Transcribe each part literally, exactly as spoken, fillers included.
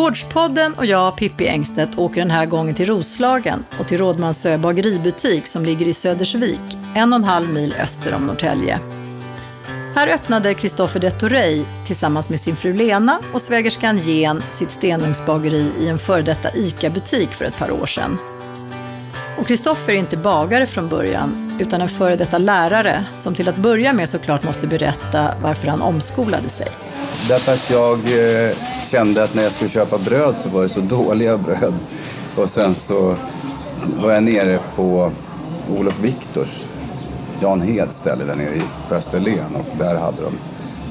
Gårdspodden och jag, Pippi Engstedt, åker den här gången till Roslagen och till Rådmansö bageributik som ligger i Södersvik, en och en halv mil öster om Norrtälje. Här öppnade Christopher de Torrey tillsammans med sin fru Lena och svägerskan Gen sitt stenugnsbageri i en före detta ICA-butik för ett par år sedan. Och Christopher är inte bagare från början utan en före detta lärare som till att börja med såklart måste berätta varför han omskolade sig. Därför att jag eh, kände att när jag skulle köpa bröd så var det så dåliga bröd. Och sen så var jag nere på Olof Viktors, Jan Hed ställe där nere på Österlen, och där hade de,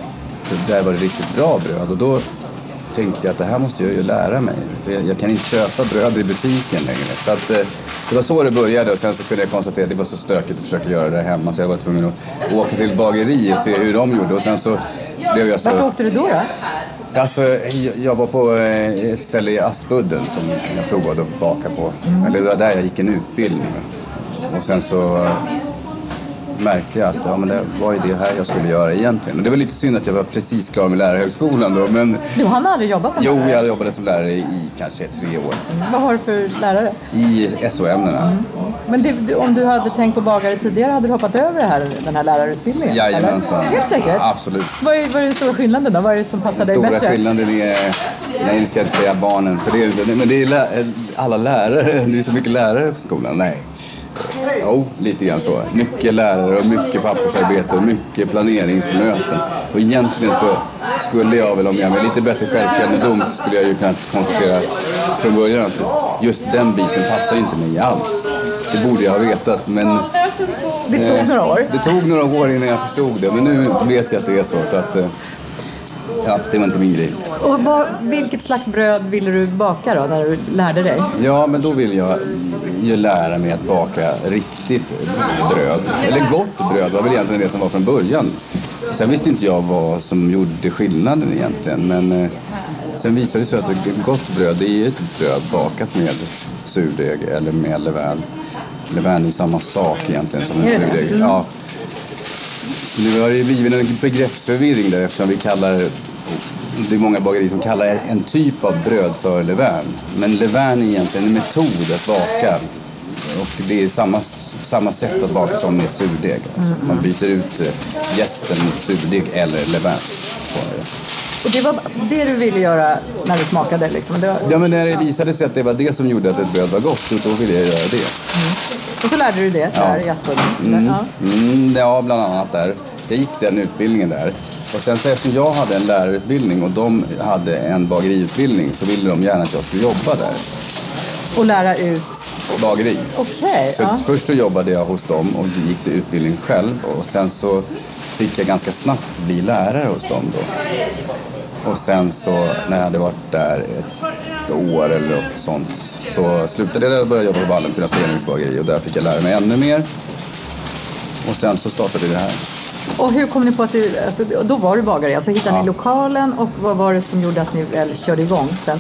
där var det riktigt bra bröd. Och då tänkte jag att det här måste jag ju lära mig, för jag, jag kan inte köpa bröd i butiken längre. Så att, eh, det var så det började, och sen så kunde jag konstatera att det var så stökigt att försöka göra det hemma, så jag var tvungen att åka till bageri och se hur de gjorde. Och sen så blev jag så... Vart åkte du då då? Alltså, jag, jag var på ett ställe i Aspudden som jag provade att baka på. Mm. Eller det var där jag gick en utbildning. Och sen så märkte jag att ja, men det var ju det här jag skulle göra egentligen. Och det var lite synd att jag var precis klar med lärarhögskolan då. Men... Du hann aldrig jobba som jo, lärare? Jo, jag jobbade som lärare i kanske tre år. Mm. Vad har du för lärare? I S O-ämnena. Mm. Men det, om du hade tänkt på bagare tidigare, hade du hoppat över det här, den här lärarutbildningen? Jajamensan. Helt säkert? Ja, absolut. Vad är, vad är den stora skillnaden då? Vad är det som passar dig bättre? Den stora skillnaden är... Nej, jag ska inte säga barnen. För det är, men det är lä- alla lärare. Det är så mycket lärare på skolan. Nej. Jo, lite grann så. Mycket lärare och mycket pappersarbete och mycket planeringsmöten. Och egentligen så skulle jag väl, om jag med lite bättre självkännedom, så skulle jag ju kunna konstatera från början att just den biten passar inte mig alls. Det borde jag ha vetat, men... Det tog eh, några år. Det tog några år innan jag förstod det, men nu vet jag att det är så, så att... Ja, det var inte min grej. Och vad, vilket slags bröd ville du baka då, när du lärde dig? Ja, men då vill jag ju lära mig att baka riktigt bröd. Eller gott bröd var väl egentligen det som var från början. Sen visste inte jag vad som gjorde skillnaden egentligen. Men eh, sen visade det sig att ett gott bröd, det är ett bröd bakat med surdeg eller med levain. Levain är samma sak egentligen som en surdeg. Ja. Nu har det blivit en begreppsförvirring där, eftersom vi kallar, det är många bagerier som kallar en typ av bröd för levain. Men levain är egentligen en metod att baka, och det är samma, samma sätt att baka som med surdeg. Alltså, man byter ut jästen mot surdeg eller levain. Så är det. Och det var det du ville göra när du smakade liksom? Det var... Ja, men när det visade sig att det var det som gjorde att ett bröd var gott, då ville jag göra det. Mm. Och så lärde du det där ja. i Aspudden? Mm. Ja. Mm, ja, bland annat där. Jag gick den utbildningen där. Och sen så eftersom jag hade en lärarutbildning och de hade en bageriutbildning, så ville de gärna att jag skulle jobba där. Och lära ut? Bageri. Okej. Okay, så ja. Först så jobbade jag hos dem och gick till utbildning själv. Och sen så fick jag ganska snabbt bli lärare hos dem då. Och sen så när jag hade varit där ett år eller något sånt, så slutade jag och började jobba på Vallentuna stenugnsbageri, och där fick jag lära mig ännu mer. Och sen så startade vi det här. Och hur kom ni på att det, alltså, då var du bagare, alltså hittade ja. ni lokalen, och vad var det som gjorde att ni väl körde igång sen?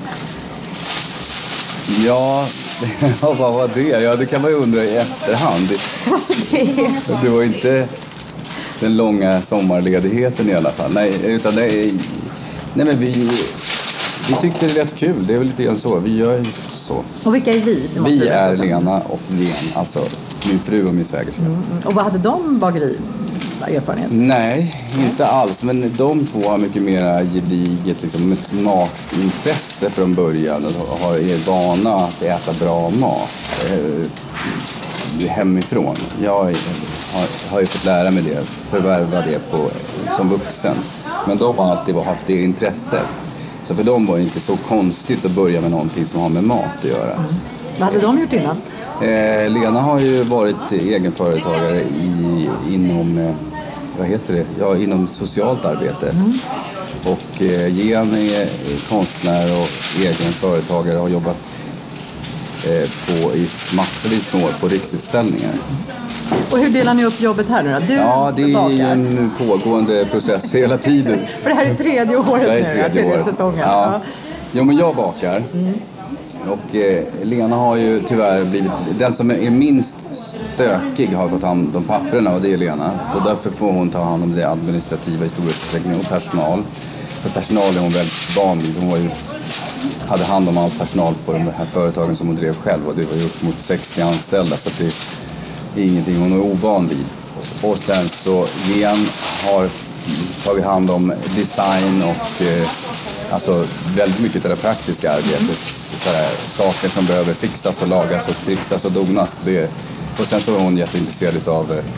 Ja, vad var det? Ja, det kan man ju undra i efterhand. Det, det var inte den långa sommarledigheten i alla fall. Nej, utan det är... Nej, men vi, vi tyckte det lät kul. Det är väl lite grann så. Vi gör ju så. Och vilka är vi? Vi är Lena och Len. Alltså min fru och min svägerska. Mm, mm. Och vad hade de bageri erfarenhet? Nej, inte alls. Men de två har mycket mer gediget liksom, ett matintresse från början. Och har er vana att äta bra mat eh, hemifrån. Jag har, har ju fått lära mig det. Förvärva det på, som vuxen. Men de har alltid haft det intresset. Så för dem var det inte så konstigt att börja med någonting som har med mat att göra. Mm. Vad hade de gjort innan? Eh, Lena har ju varit egenföretagare i, inom, eh, vad heter det? Ja, inom socialt arbete. Mm. Och eh, Gen är konstnär och egenföretagare och har jobbat eh, på, i massvis med år på riksutställningar. Och hur delar ni upp jobbet här nu då? Du ja, det är bakar. ju en pågående process hela tiden. För det här är tredje året det är nu, tredje, tredje år. säsongen. Ja. Ja. Jo, men jag bakar. Mm. Och eh, Lena har ju tyvärr blivit... Den som är minst stökig har fått hand om papperna, och det är Lena. Så därför får hon ta hand om det administrativa i stor utsträckning och personal. För personal är hon väldigt van vid. Hon var ju hade hand om all personal på de här företagen som hon drev själv. Och det var ju upp mot sextio anställda, så att det är ingenting hon är ovan vid. Och sen så Jen har tagit hand om design och eh, alltså väldigt mycket av det praktiska arbetet. Sådär, saker som behöver fixas och lagas och trixas och donas. Det, och sen så är hon jätteintresserad av eh,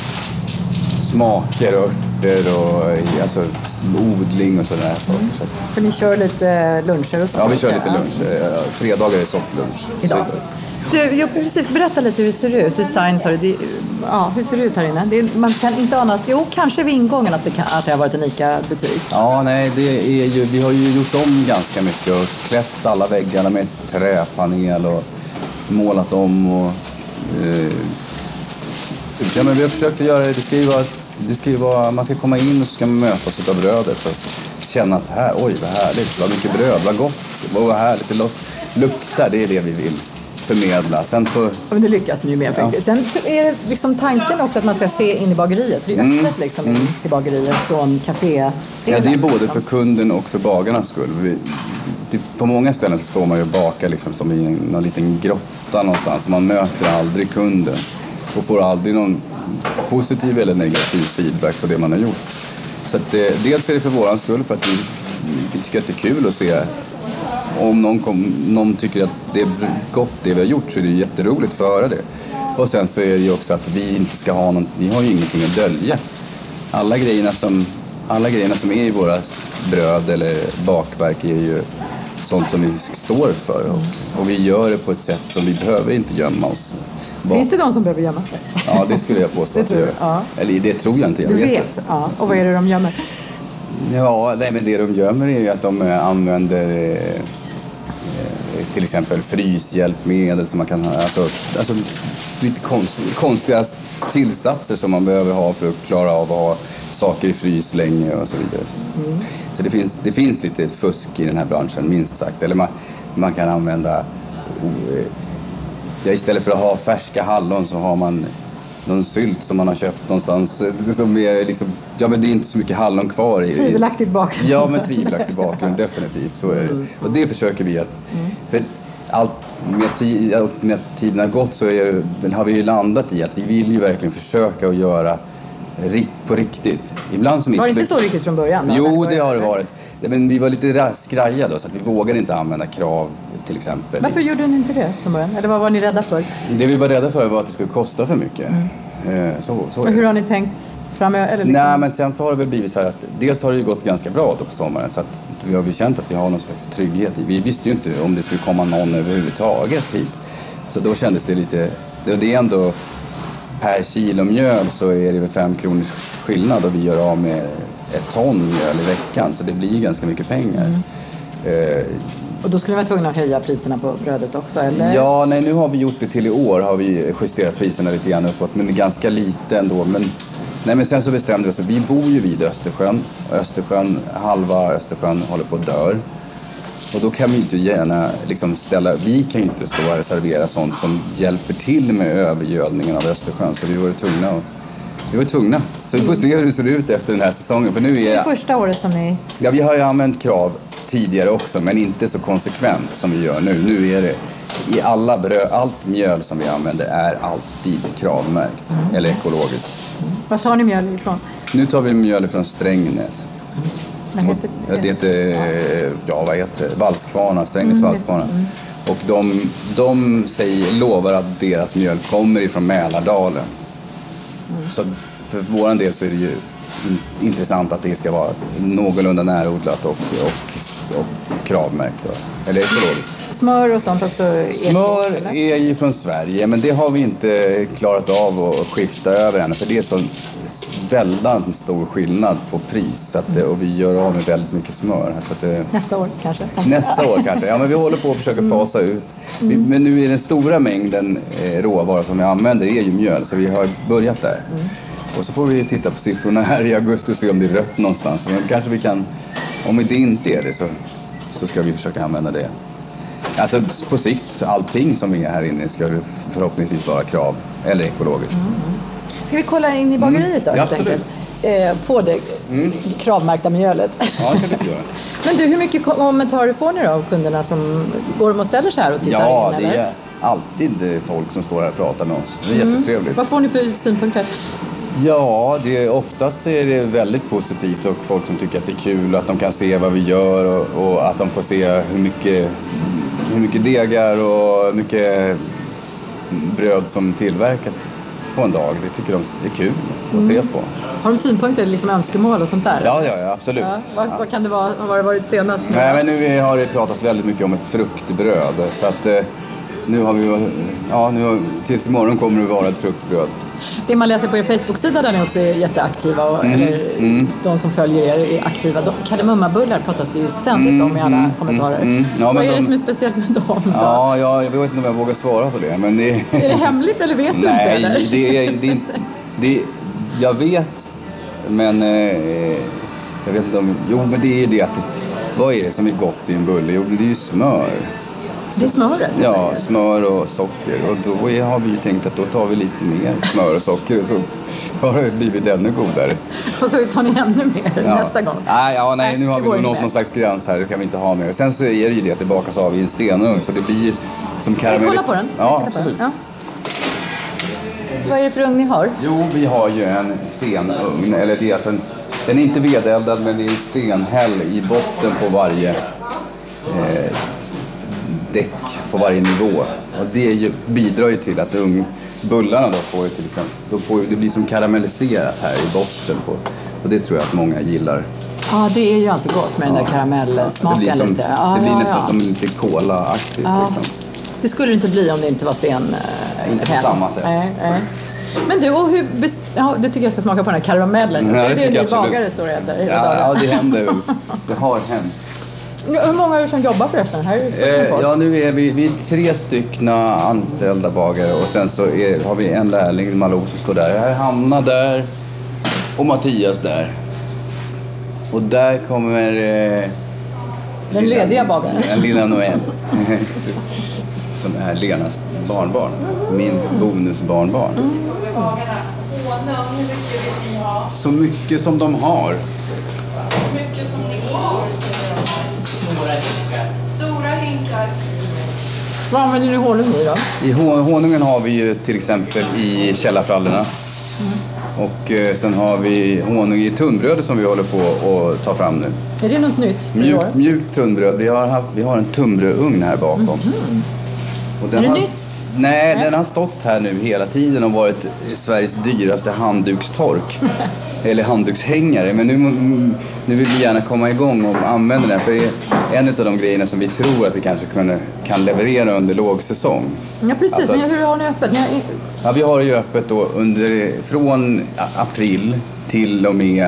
smaker och örter och eh, alltså, odling och sådana här saker. Mm. Så. För ni kör lite luncher och så? Ja, vi kör lite lunch. Fredagar är sopplunch. Idag. Du, jag precis berätta lite hur det ser ut. Design, sa du. Ja, hur ser det ut här inne? Det är, man kan inte ana att, jo, kanske vid ingången att det, kan, att det har varit en ICA-butik. Ja, nej, det är ju, vi har ju gjort om ganska mycket och klätt alla väggarna med träpanel och målat om och eh, ja, men vi har försökt att göra det. Det ska ju vara, det ska ju vara, man ska komma in och så ska man mötas av brödet och känna att här, oj vad härligt, vad mycket bröd, vad gott, vad härligt det luktar, det är det vi vill förmedla. Sen så... Men det lyckas ni ju med. Ja. Sen är det liksom tanken också att man ska se in i bageriet. För det är öppet mm. liksom in till bageriet från café. Ja, det är både liksom. För kunden och för bagarnas skull. Vi, det, på många ställen så står man ju och bakar liksom som i en, någon liten grotta någonstans. Man möter aldrig kunden och får aldrig någon positiv eller negativ feedback på det man har gjort. Så att det, dels är det för våran skull för att vi, vi tycker att det är kul att se. Om någon, kom, någon tycker att det är gott det vi har gjort så är det jätteroligt för att höra det. Och sen så är det ju också att vi inte ska ha någon, vi har ju ingenting att dölja. Alla grejerna som, alla grejerna som är i våra bröd eller bakverk är ju sånt som vi står för. Och, och vi gör det på ett sätt som vi behöver inte gömma oss. Bak. Finns det de som behöver gömma sig? Ja, det skulle jag påstå att det tror, ja. Eller det tror jag inte, jag du vet. vet, ja. Och vad är det de gömmer? Ja, nej, men det de gömmer är ju att de använder eh, till exempel fryshjälpmedel som man kan ha, alltså, alltså lite konst, konstiga tillsatser som man behöver ha för att klara av att ha saker i frys länge och så vidare. Mm. Så det finns, det finns lite fusk i den här branschen, minst sagt. Eller man, man kan använda, ja, istället för att ha färska hallon så har man någon sylt som man har köpt någonstans som är liksom, ja men det är inte så mycket hallon kvar i. Tvivelaktigt bakgrund. Ja, men tvivelaktigt bakgrund, definitivt. Så är det. Mm. Och det försöker vi att, mm. för allt med, tid, allt med tiden har gått så är, har vi ju landat i att vi vill ju verkligen försöka att göra på riktigt. Ibland som var det inte så riktigt från början? Då? Jo, det har det varit. Men vi var lite skraja då så att vi vågade inte använda krav till exempel. Varför gjorde ni inte det från början? Eller vad var ni rädda för? Det vi var rädda för var att det skulle kosta för mycket. Mm. Så, så och hur har ni tänkt framöver? Eller liksom? Nej, men sen så har det väl blivit så här att dels har det ju gått ganska bra då på sommaren så att vi har väl känt att vi har någon slags trygghet i. Vi visste ju inte om det skulle komma någon överhuvudtaget hit. Så då kändes det lite, det är ändå per kilo mjöl så är det väl fem kronors skillnad och vi gör av med ett ton mjöl i veckan så det blir ganska mycket pengar. Mm. Eh, och då skulle vi vara tvungna att höja priserna på brödet också, eller? Ja, nej, nu har vi gjort det till i år har vi justerat priserna lite grann uppåt men det är ganska lite ändå. Men, nej, men sen så bestämde vi oss, vi bor ju vid Östersjön. Östersjön, halva Östersjön håller på att dö. Och då kan vi inte gärna liksom ställa, vi kan ju inte stå här och servera sånt som hjälper till med övergödningen av Östersjön. Så vi var ju tvungna att, vi var tvungna. Så vi får se hur det ser ut efter den här säsongen. För nu är det första året som ni... Ja, vi har ju använt krav tidigare också, men inte så konsekvent som vi gör nu. Nu är det, i alla bröd, allt mjöl som vi använder är alltid kravmärkt, mm. eller ekologiskt. Mm. Vad tar ni mjöl ifrån? Nu tar vi mjöl från Strängnäs. Mm. Vad heter det? Det heter, ja vad heter det? Valskvarna, Strängnäs mm, valskvarna. Mm. Och de, de säger, lovar att deras mjöl kommer ifrån Mälardalen. Mm. Så för vår del så är det ju intressant att det ska vara någorlunda närodlat och, och, och kravmärkt. Då. Eller ekologiskt. Smör och sånt också? Smör ekologiskt, är ju från Sverige, men det har vi inte klarat av att skifta över än. För det är så väldigt stor skillnad på pris. Så att, och vi gör av med väldigt mycket smör. Så att det, nästa år kanske? Nästa år kanske. Ja, men vi håller på att försöka fasa ut. Vi, men nu är den stora mängden eh, råvaror som vi använder är ju mjöl. Så vi har börjat där. Mm. Och så får vi titta på siffrorna här i augusti och se om det är rött någonstans. Men kanske vi kan, om det inte är det så, så ska vi försöka använda det. Alltså på sikt, för allting som är här inne ska vi förhoppningsvis vara krav eller ekologiskt. Mm. Ska vi kolla in i bageriet då? Mm. Ja, absolut. eh, på det mm. kravmärkta mjölet. Ja, det kan du få göra. Men du, hur mycket kommentarer får ni då av kunderna som går och ställer sig här och tittar ja, in? Ja, det eller? är alltid folk som står här och pratar med oss. Det är mm. jättetrevligt. Vad får ni för synpunkter? Ja, det är, oftast är det väldigt positivt och folk som tycker att det är kul, att de kan se vad vi gör och, och att de får se hur mycket, hur mycket degar och hur mycket bröd som tillverkas på en dag. Det tycker de är kul att mm. se på. Har de synpunkter, liksom önskemål och sånt där? Ja, ja, ja absolut. Ja, vad, vad kan det vara? Vad har det varit senast? Nej, men nu har det pratats väldigt mycket om ett fruktbröd. Så att nu har vi, ja, nu har, tills imorgon kommer det vara ett fruktbröd. Det man läser på er Facebook-sida där ni också är jätteaktiva och mm, eller mm. de som följer er är aktiva. Kardemummabullar pratas det ju ständigt mm, om i alla mm, kommentarer. Mm, mm. Ja, vad är de, det som är speciellt med dem då? Ja, ja, jag vet inte om jag vågar svara på det. Men det är det hemligt eller vet du nej, inte? Nej, det är, det, det, jag vet, men eh, jag vet inte om... Jo, men det är det att... Vad är det som är gott i en bulle? Jo, det är ju smör. Det är smöret? Ja, smör och socker. Och då är, har vi ju tänkt att då tar vi lite mer smör och socker och så har det blivit ännu godare. Och så tar ni ännu mer ja. nästa gång? Nej, ja, nej nu har vi nått någon slags gräns här. Det kan vi inte ha mer. Sen så är det ju det att det bakas av i en stenugn så det blir som karamell. Kolla på den. Ja, absolut. Ja. Vad är det för ugn ni har? Jo, vi har ju en stenugn. Eller det är alltså en, den är inte vedeldad men det är stenhäll i botten på varje... Eh, däck på varje nivå. Och det ju, bidrar ju till att ung, bullarna då får ju till exempel, då får ju, det blir som karamelliserat här i botten på. Och det tror jag att många gillar. Ja, det är ju alltid gott med ja. den där karamellsmaken det blir som, lite. Ja, det blir ja, nästan ja. som lite cola-aktigt ja. liksom. Det skulle det inte bli om det inte var sten. Äh, inte på hem. samma sätt. Nej, nej. Men du, och hur best- ja, du tycker jag ska smaka på den här karamellen. Nej, det är det ni absolut. bagare står och äter. Ja, ja, det händer. Det har hänt. Hur många är det som jobbar förresten? Här är eh, ja, nu är vi, vi är tre styckna anställda bagare och sen så är, har vi en lärling, Malou, som står där. Här är Hanna där och Mattias där. Och där kommer... Eh, den lilla, lediga bagaren. En lilla Noel. Som är Lenas barnbarn. Min bonusbarnbarn. Mm. Så mycket som de har. Så mycket som ni har. Stora hinkar. Vad använder ni honung i då? I honungen har vi ju till exempel i källarfrallorna. Mm. Och eh, sen har vi honung i tunnbröd som vi håller på att ta fram nu. Är det något nytt för Mjuk, år? Mjukt tunnbröd. Vi har, haft, vi har en tunnbrödugn här bakom. Mm. Och den är det har, nytt? Nej, nej, den har stått här nu hela tiden och varit Sveriges dyraste handdukstork. Eller handdukshängare. Men nu, nu vill vi gärna komma igång och använda den. För det är en av de grejerna som vi tror att vi kanske kan, kan leverera under lågsäsong. Ja, precis. Alltså, men hur har ni öppet? Ni har... Ja, vi har ju öppet då under, från april till och med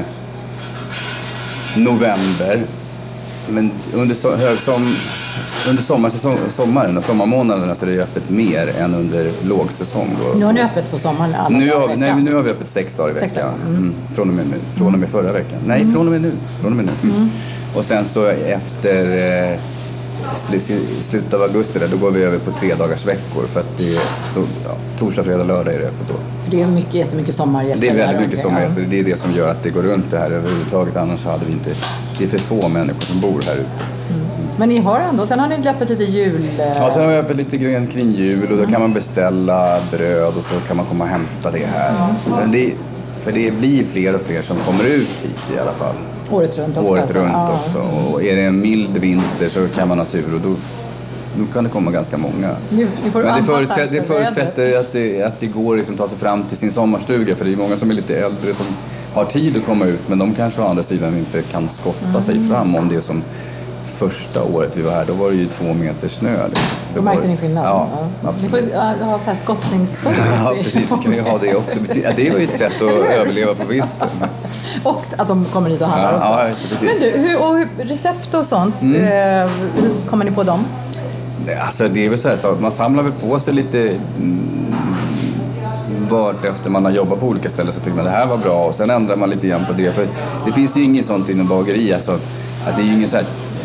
november. Men under, so- högsom, under sommarsäsong, sommaren och sommarmånaderna så är det öppet mer än under lågsäsong. Då. Nu har ni öppet på sommaren alla nu har, vi, nej, nu har vi öppet sex dagar i veckan. dagar. Mm. Mm. Från, och med, från och med förra veckan. Nej, mm. från och med nu. Från och med nu. Mm. Mm. Och sen så efter eh, slutet av augusti där, då går vi över på tre dagars veckor för att det då, ja, torsdag, fredag, lördag är det öppet då. För det är mycket, jättemycket sommargäster. Det är väldigt mycket sommargäster. Ja. Det är det som gör att det går runt det här överhuvudtaget. Annars hade vi inte... Det är för få människor som bor här ute. Mm. Men ni har ändå... Sen har ni öppet lite jul... Ja, sen har vi öppet lite grann kring jul. Och då mm. kan man beställa bröd och så kan man komma och hämta det här. Mm. Men det, för det blir fler och fler som kommer ut hit i alla fall. Året runt också. Året alltså. runt ja. också. Och är det en mild vinter så kan man ha tur och då, då kan det komma ganska många. Nu, får Men det förutsätter, det förutsätter att, det, att det går liksom ta sig fram till sin sommarstuga. För det är många som är lite äldre som har tid att komma ut. Men de kanske å andra sidan inte kan skotta mm. sig fram om det som första året vi var här. Då var det ju två meter snö. Då märkte ni skillnad? Ja, ja. Ni får ha så här skottningsservice. Ja, precis. Vi kan ju ha det också. Det var ju ett sätt att överleva på vintern. Och att de kommer hit och handlar ja, också. Ja, just det, precis. Men du, hur, och hur, recept och sånt, mm. eh, hur kommer ni på dem? Alltså det är väl så här, så man samlar väl på sig lite mm, vart efter man har jobbat på olika ställen så tycker man det här var bra och sen ändrar man lite grann på det. För det finns ju inget sånt inom bageri, alltså att det är ju ingen så här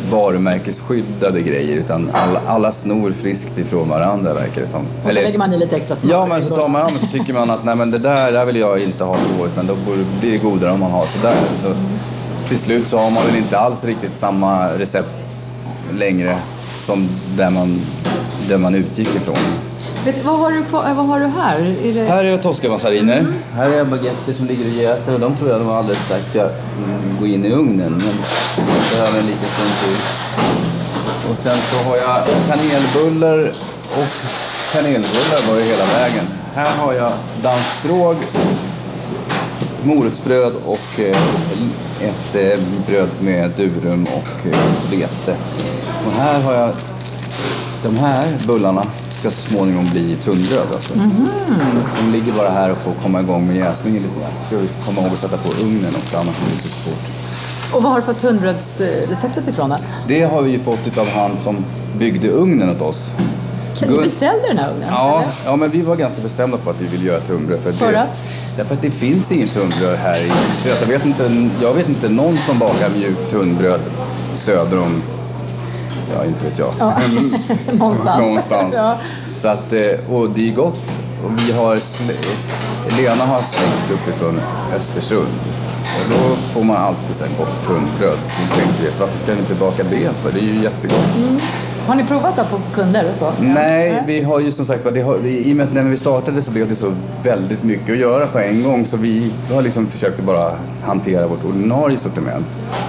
varumärkesskyddade grejer, utan alla, alla snor friskt ifrån varandra, verkar det som. Och så Eller, lägger man i lite extra smak. Ja, men så tar man, ja, men så tycker man att nej, men det där, där vill jag inte ha så, utan då blir det godare om man har så där. Så mm. till slut så har man väl inte alls riktigt samma recept längre som där man, där man utgick ifrån. Vet, vad, har du, vad har du här? Är det... Här är Tosca-massariner. Mm. Här är baguetter som ligger och jäser, och de tror jag de alldeles strax ska gå in i ugnen. Men jag behöver en liten stund till. Och sen så har jag kanelbullar, och kanelbullar var ju hela vägen. Här har jag dansktråg, morotsbröd och ett bröd med durum och vete. Och här har jag de här bullarna ska så småningom bli tunnbröd. Alltså. Mm-hmm. De ligger bara här och får komma igång med jäsningen lite grann. Ska vi komma ihåg att sätta på ugnen också, annars blir det så svårt. Och vad har du fått tunnbrödsreceptet ifrån då? Det har vi ju fått av han som byggde ugnen åt oss. Kan du beställde den här ugnen? Ja, ja, men vi var ganska bestämda på att vi vill göra tunnbröd. För, för det, att? Därför att det finns inget tunnbröd här i... Jag vet inte, jag vet inte någon som bakar mjukt tunnbröd söder om... Ja, inte vet jag. Ja. Någonstans. Någonstans. Ja. Så att, och det är gott. Och vi har... Lena har släkt uppifrån Östersund. Och då får man alltid sen gott tunnbröd. Jag tänkte, vet, varför ska ni inte baka det för? Det är ju jättegott. Mm. Har ni provat då på kunder och så? Nej, ja. Vi har ju som sagt, det har, i och med att när vi startade så blev det så väldigt mycket att göra på en gång. Så vi har liksom försökt att bara hantera vårt ordinarie sortiment.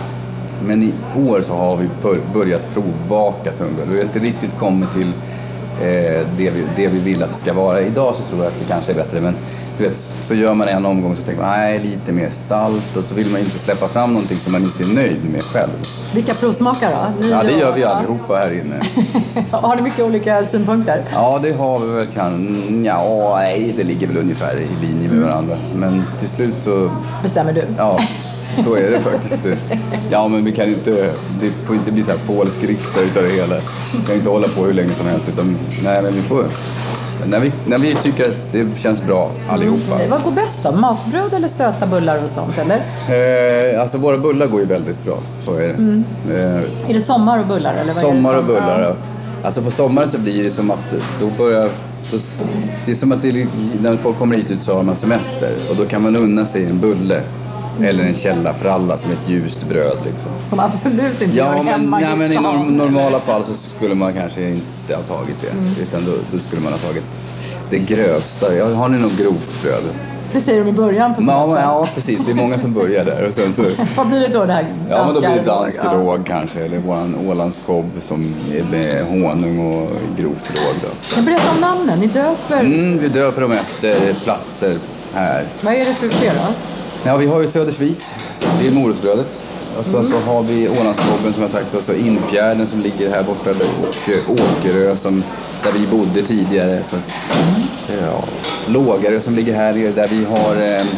Men i år så har vi börjat provbaka tunnbröd. Vi har inte riktigt kommit till eh, det, vi, det vi vill att det ska vara. Idag så tror jag att det kanske är bättre. Men du vet, så gör man en omgång så tänker man nej, lite mer salt. Och så vill man inte släppa fram någonting som man inte är nöjd med själv. Vilka provsmakar då? Ni ja, det gör vi ja. allihopa här inne. Har ni mycket olika synpunkter? Ja, det har vi väl. Kan, ja, nej, det ligger väl ungefär i linje med varandra. Men till slut så... Bestämmer du? Ja. Så är det faktiskt. Ja, men vi kan inte, det får inte bli så här polsk riksdag utav det hela. Vi kan inte hålla på hur länge som helst, utan nej, men vi får, när vi, när vi tycker att det känns bra allihopa. Mm. Vad går bäst då? Matbröd eller söta bullar och sånt, eller? Eh, alltså våra bullar går ju väldigt bra, så är det. Mm. Eh, är det sommar och bullar? Eller vad sommar är det och bullar, ja. Alltså på sommaren så blir det som att då börjar... Det är som att det är, när folk kommer hit ut så har man semester, och då kan man unna sig en bulle. Mm. Eller en källa för alla som ett ljust bröd liksom. Som absolut inte ja, gör men, hemma nej, i men i stan. norm- normala fall så skulle man kanske inte ha tagit det. Mm. Utan då, då skulle man ha tagit det grövsta. Ja, har ni något grovt bröd? Det säger de i början på ja, ja, precis. Det är många som börjar där. Och sen så... Vad blir det då det här danska? Ja, men då blir det dansk råg, råg ja. kanske. Eller våran Ålandskobb som är med honung och grovt råg då. Kan berätta om namnen. Ni döper... Mm, vi döper dem efter platser här. Vad är det för fler då? Ja, vi har ju Södersvik, det är morotsbrödet. Och så, mm. så har vi Ålandskobben som jag sagt, och så Infjärden som ligger här borta, och Åkerö som, där vi bodde tidigare. Så, ja, Lågarö som ligger här nere där vi har, eh,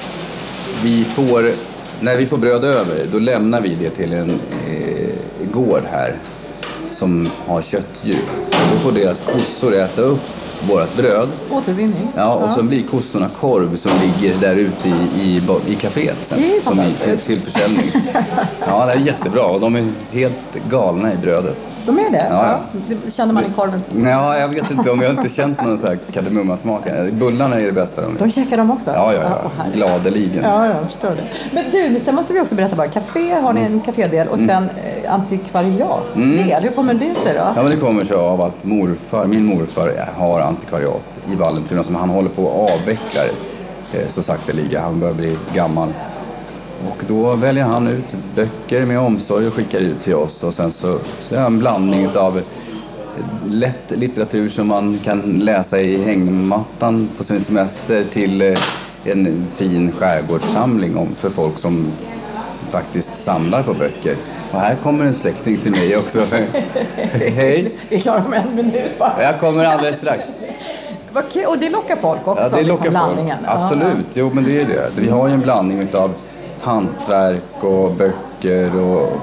vi får, när vi får bröd över, då lämnar vi det till en eh, gård här som har köttdjur. Så då får deras kossor äta upp vårat bröd. Återvinning. Ja, och ja. så blir kossorna korv som ligger där ute i, i, i kaféet sen. Det är som i, till, till försäljning. Ja, det är jättebra, och de är helt galna i brödet. De är det? Ja, ja. Det känner man i korven. Ja, jag vet inte om jag har inte känt någon sån här kardemummasmak. Bullarna är det bästa. De, de käkar de också? Ja, ja, ja. ja gladeligen. Ja, jag förstår det. Men du, sen måste vi också berätta bara. Café har ni en kafédel och sen mm. antikvariatsdel. Mm. Hur kommer det sig då? Ja, men det kommer sig av att morfar, min morfar har antikvariat i Vallentuna som han håller på att avveckla så sakta ligga. Han börjar bli gammal. Och då väljer han ut böcker med omsorg och skickar ut till oss. Och sen så, så är det en blandning av lätt litteratur som man kan läsa i hängmattan på sin semester till en fin skärgårdssamling om för folk som faktiskt samlar på böcker. Och här kommer en släkting till mig också. Hej! Vi är klara om en minut bara. Jag kommer alldeles strax. Och det lockar folk också, ja, det lockar liksom folk. Blandningen. Absolut, jo men det är det. Vi har ju en blandning av hantverk och böcker och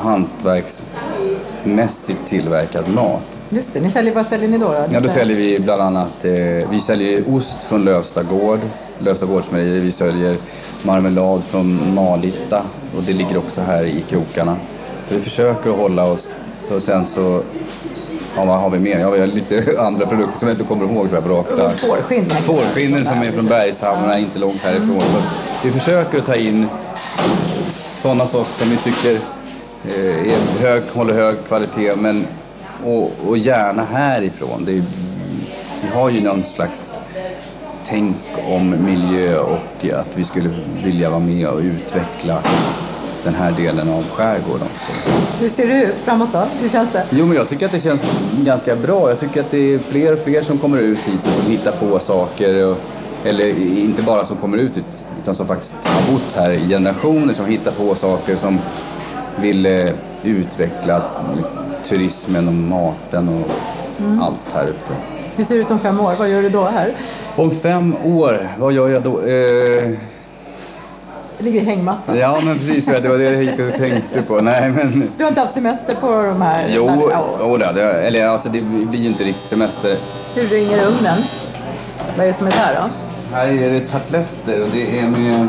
hantverksmässigt tillverkad mat. Just det, ni säljer, vad säljer ni då? då? Ja, då säljer vi bland annat, eh, vi säljer ost från Lövsta gård, Lövsta gårdsmejeri. Vi säljer marmelad från Malitta och det ligger också här i krokarna. Så vi försöker att hålla oss. Och sen så ja, vad har vi mer? Ja, vi har lite andra produkter som jag inte kommer ihåg så här på rakt. Fårskinnen. Fårskinnen som är från Bergshamra, inte långt härifrån. Så vi försöker att ta in sådana saker som vi tycker är hög, håller hög kvalitet, men och, och gärna härifrån. Det är, vi har ju någon slags tänk om miljö och att vi skulle vilja vara med och utveckla den här delen av skärgården. Så. Hur ser det ut framåt då? Hur känns det? Jo, men jag tycker att det känns ganska bra. Jag tycker att det är fler och fler som kommer ut hit och som hittar på saker. Och, eller inte bara som kommer ut utan som faktiskt har bott här i generationer, som hittar på saker, som vill eh, utveckla turismen och maten och mm. allt här ute. Hur ser det ut om fem år? Vad gör du då här? Om fem år, vad gör jag då? Eh... Det ligger i hängmattan. Ja, men precis. Det var det jag gick och tänkte på. Nej, men... Du har inte haft semester på de här... Jo, oh, det, eller alltså, det blir ju inte riktigt semester. Hur ringer ugnen? Vad är det som är där då? Här är det tartletter och det är med...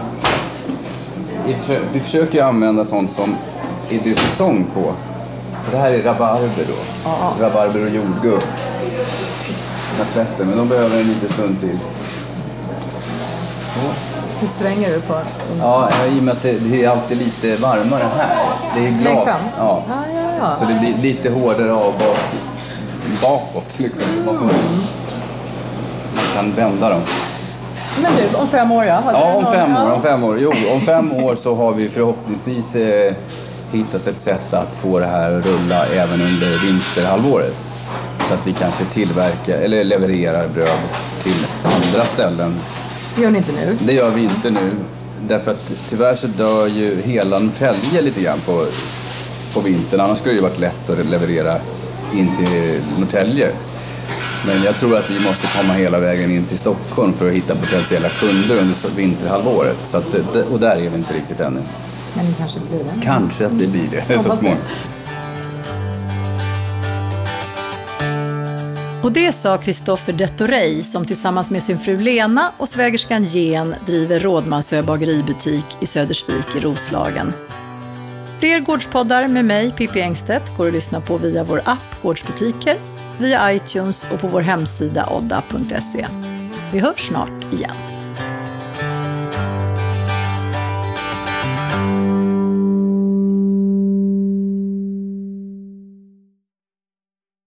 Vi försöker ju använda sånt som är det säsong på. Så det här är rabarber då. Ja. Rabarber och jordgubb. Tartletter, men de behöver en liten stund till. Så. Hur svänger du på? Ja, i och med att det, det är alltid lite varmare här. Det är glas. Längst fram? Ja. Ja, ja, ja. Så det blir lite hårdare av bakåt, bakåt liksom. Mm. Man, får, man kan vända dem. Men du, om fem år ja? Ja, om fem år, om fem år. Jo, om fem år så har vi förhoppningsvis eh, hittat ett sätt att få det här att rulla även under vinterhalvåret. Så att vi kanske tillverkar eller levererar bröd till andra ställen. Det gör ni inte nu? Det gör vi inte nu. Därför att tyvärr så dör ju hela Norrtälje lite grann på, på vintern. Annars skulle det ju varit lätt att leverera in till Norrtälje. Men jag tror att vi måste komma hela vägen in till Stockholm för att hitta potentiella kunder under vinterhalvåret. Så att, och där är vi inte riktigt ännu. Men kanske blir det. Kanske att vi blir det så småningom. Och det sa Christopher Dettorey som tillsammans med sin fru Lena och svägerskan Gen driver Rådmansö bageributik i Södersvik i Roslagen. Fler gårdspoddar med mig, Pippi Engstedt, går att lyssna på via vår app Gårdsbutiker, via iTunes och på vår hemsida odda punkt se. Vi hörs snart igen.